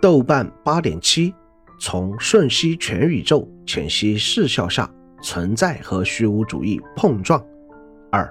豆瓣 8.7 从瞬息全宇宙浅析视效下存在和虚无主义碰撞。2.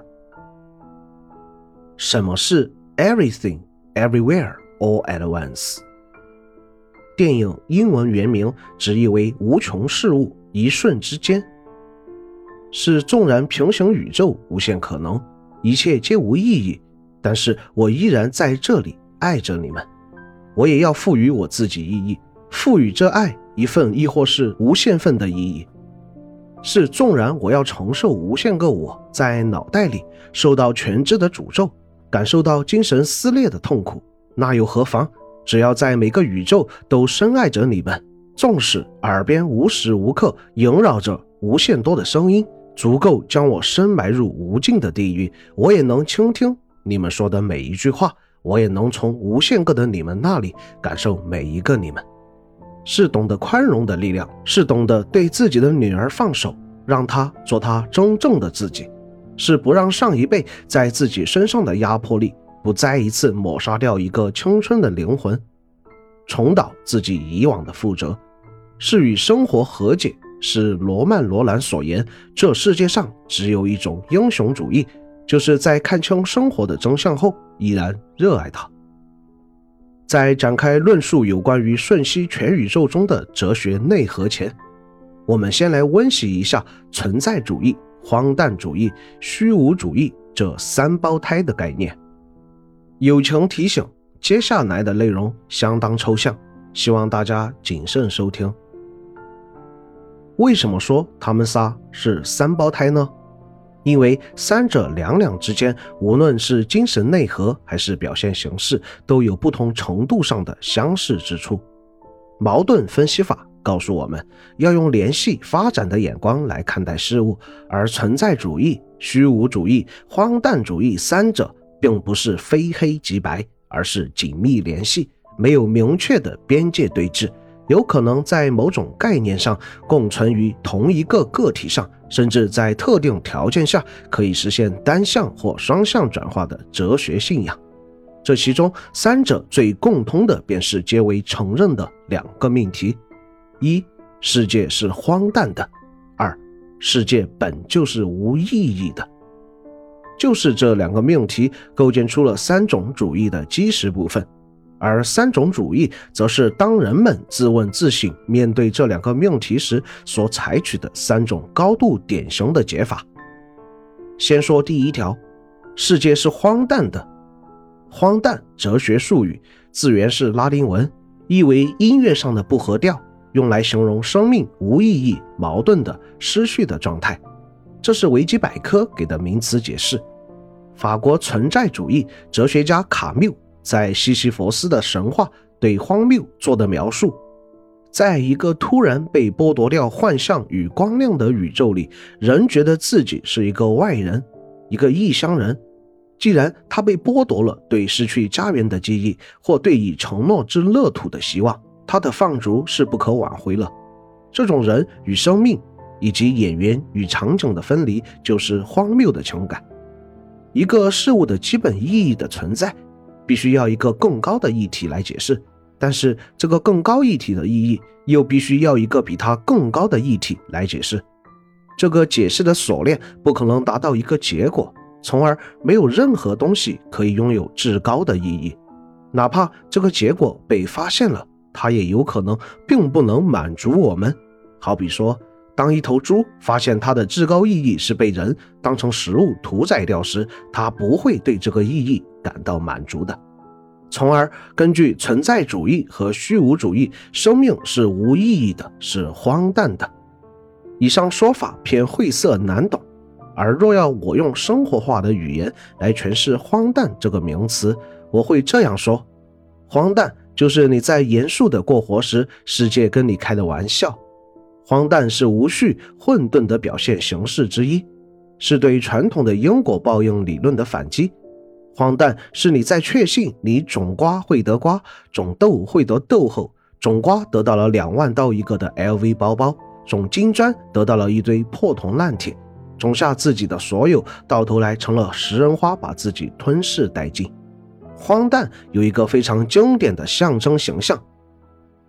什么是 Everything Everywhere All at Once？ 电影英文原名直译为无穷事物一瞬之间，是纵然平行宇宙无限可能，一切皆无意义，但是我依然在这里爱着你们。我也要赋予我自己意义，赋予这爱一份亦或是无限份的意义。是纵然我要承受无限个我在脑袋里受到全知的诅咒，感受到精神撕裂的痛苦，那又何妨？只要在每个宇宙都深爱着你们，纵使耳边无时无刻萦绕着无限多的声音，足够将我深埋入无尽的地狱，我也能倾听你们说的每一句话，我也能从无限个的你们那里感受每一个你们。是懂得宽容的力量，是懂得对自己的女儿放手，让她做她真正的自己，是不让上一辈在自己身上的压迫力不再一次抹杀掉一个青春的灵魂，重蹈自己以往的覆辙，是与生活和解，是罗曼·罗兰所言，这世界上只有一种英雄主义，就是在看清生活的真相后依然热爱它。在展开论述有关于瞬息全宇宙中的哲学内核前，我们先来温习一下存在主义、荒诞主义、虚无主义这三胞胎的概念。友情提醒，接下来的内容相当抽象，希望大家谨慎收听。为什么说他们仨是三胞胎呢？因为三者两两之间，无论是精神内核还是表现形式，都有不同程度上的相似之处。矛盾分析法告诉我们要用联系发展的眼光来看待事物，而存在主义、虚无主义、荒诞主义三者并不是非黑即白，而是紧密联系，没有明确的边界对峙，有可能在某种概念上共存于同一个个体上，甚至在特定条件下可以实现单向或双向转化的哲学信仰。这其中三者最共通的便是皆为承认的两个命题：一、世界是荒诞的；二、世界本就是无意义的。就是这两个命题构建出了三种主义的基石部分，而三种主义则是当人们自问自省面对这两个命题时所采取的三种高度典型的解法。先说第一条，世界是荒诞的。荒诞哲学术语字源是拉丁文，意为音乐上的不合调，用来形容生命无意义、矛盾的、失序的状态。这是维基百科给的名词解释。法国存在主义哲学家卡缪在西西弗斯的神话对荒谬做的描述，在一个突然被剥夺掉幻象与光亮的宇宙里，人觉得自己是一个外人，一个异乡人。既然他被剥夺了对失去家园的记忆，或对已承诺之乐土的希望，他的放逐是不可挽回了。这种人与生命以及演员与场景的分离，就是荒谬的情感。一个事物的基本意义的存在必须要一个更高的议题来解释，但是这个更高议题的意义又必须要一个比它更高的议题来解释。这个解释的锁链不可能达到一个结果，从而没有任何东西可以拥有至高的意义。哪怕这个结果被发现了，它也有可能并不能满足我们。好比说，当一头猪发现它的至高意义是被人当成食物屠宰掉时，它不会对这个意义感到满足的。从而根据存在主义和虚无主义，生命是无意义的，是荒诞的。以上说法偏晦涩难懂，而若要我用生活化的语言来诠释荒诞这个名词，我会这样说：荒诞就是你在严肃的过活时，世界跟你开的玩笑。荒诞是无序混沌的表现形式之一，是对传统的因果报应理论的反击。荒诞是你在确信你种瓜会得瓜，种豆会得豆后，种瓜得到了2万刀一个的 LV 包包，种金砖得到了一堆破铜烂铁，种下自己的所有，到头来成了食人花，把自己吞噬殆尽。荒诞有一个非常经典的象征形象，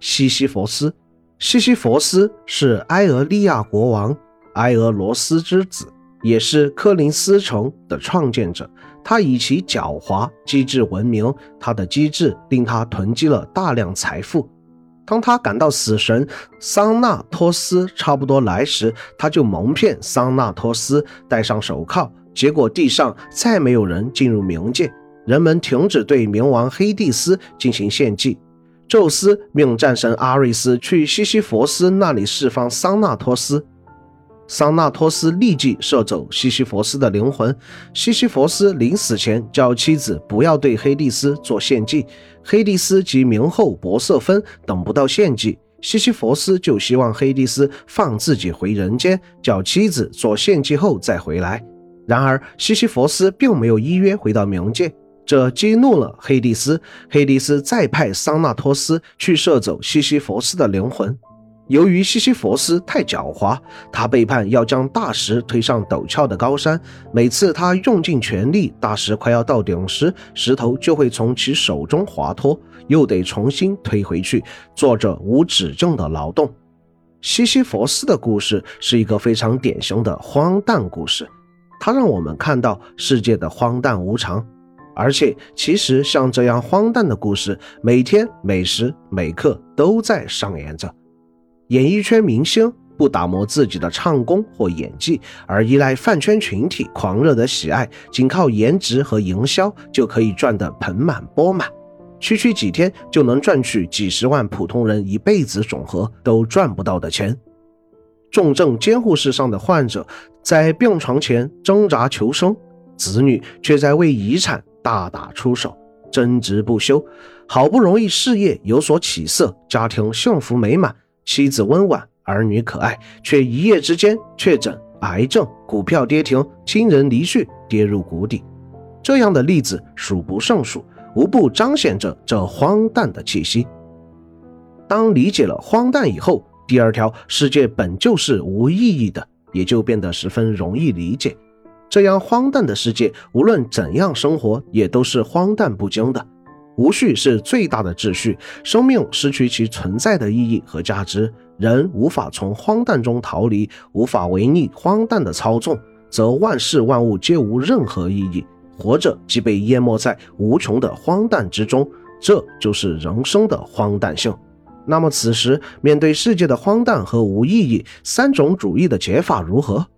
西西弗斯。西西弗斯是埃俄利亚国王埃俄罗斯之子，也是科林斯城的创建者。他以其狡猾机智闻名，他的机智令他囤积了大量财富。当他赶到死神桑纳托斯差不多来时，他就蒙骗桑纳托斯戴上手铐，结果地上再没有人进入冥界，人们停止对冥王黑帝斯进行献祭。宙斯命战神阿瑞斯去西西弗斯那里释放桑纳托斯，桑纳托斯立即射走西西弗斯的灵魂。西西弗斯临死前叫妻子不要对黑帝斯做献祭，黑帝斯及冥后珀瑟芬等不到献祭，西西弗斯就希望黑帝斯放自己回人间，叫妻子做献祭后再回来。然而西西弗斯并没有依约回到冥界，这激怒了黑帝斯，黑帝斯再派桑纳托斯去射走西西弗斯的灵魂。由于西西弗斯太狡猾，他背叛要将大石推上陡峭的高山，每次他用尽全力，大石快要到顶时，石头就会从其手中滑脱，又得重新推回去，做着无止境的劳动。西西弗斯的故事是一个非常典型的荒诞故事，它让我们看到世界的荒诞无常。而且其实像这样荒诞的故事，每天每时每刻都在上演着。演艺圈明星不打磨自己的唱功或演技，而依赖饭圈群体狂热的喜爱，仅靠颜值和营销就可以赚得盆满钵满，区区几天就能赚取几十万普通人一辈子总和都赚不到的钱。重症监护室上的患者在病床前挣扎求生，子女却在为遗产大打出手，争执不休。好不容易事业有所起色，家庭幸福美满，妻子温婉，儿女可爱，却一夜之间确诊癌症，股票跌停，亲人离去，跌入谷底。这样的例子数不胜数，无不彰显着这荒诞的气息。当理解了荒诞以后，第二条，世界本就是无意义的，也就变得十分容易理解。这样荒诞的世界，无论怎样生活，也都是荒诞不经的。无序是最大的秩序，生命失去其存在的意义和价值，人无法从荒诞中逃离，无法违逆荒诞的操纵，则万事万物皆无任何意义，活着即被淹没在无穷的荒诞之中，这就是人生的荒诞性。那么此时面对世界的荒诞和无意义，三种主义的解法如何？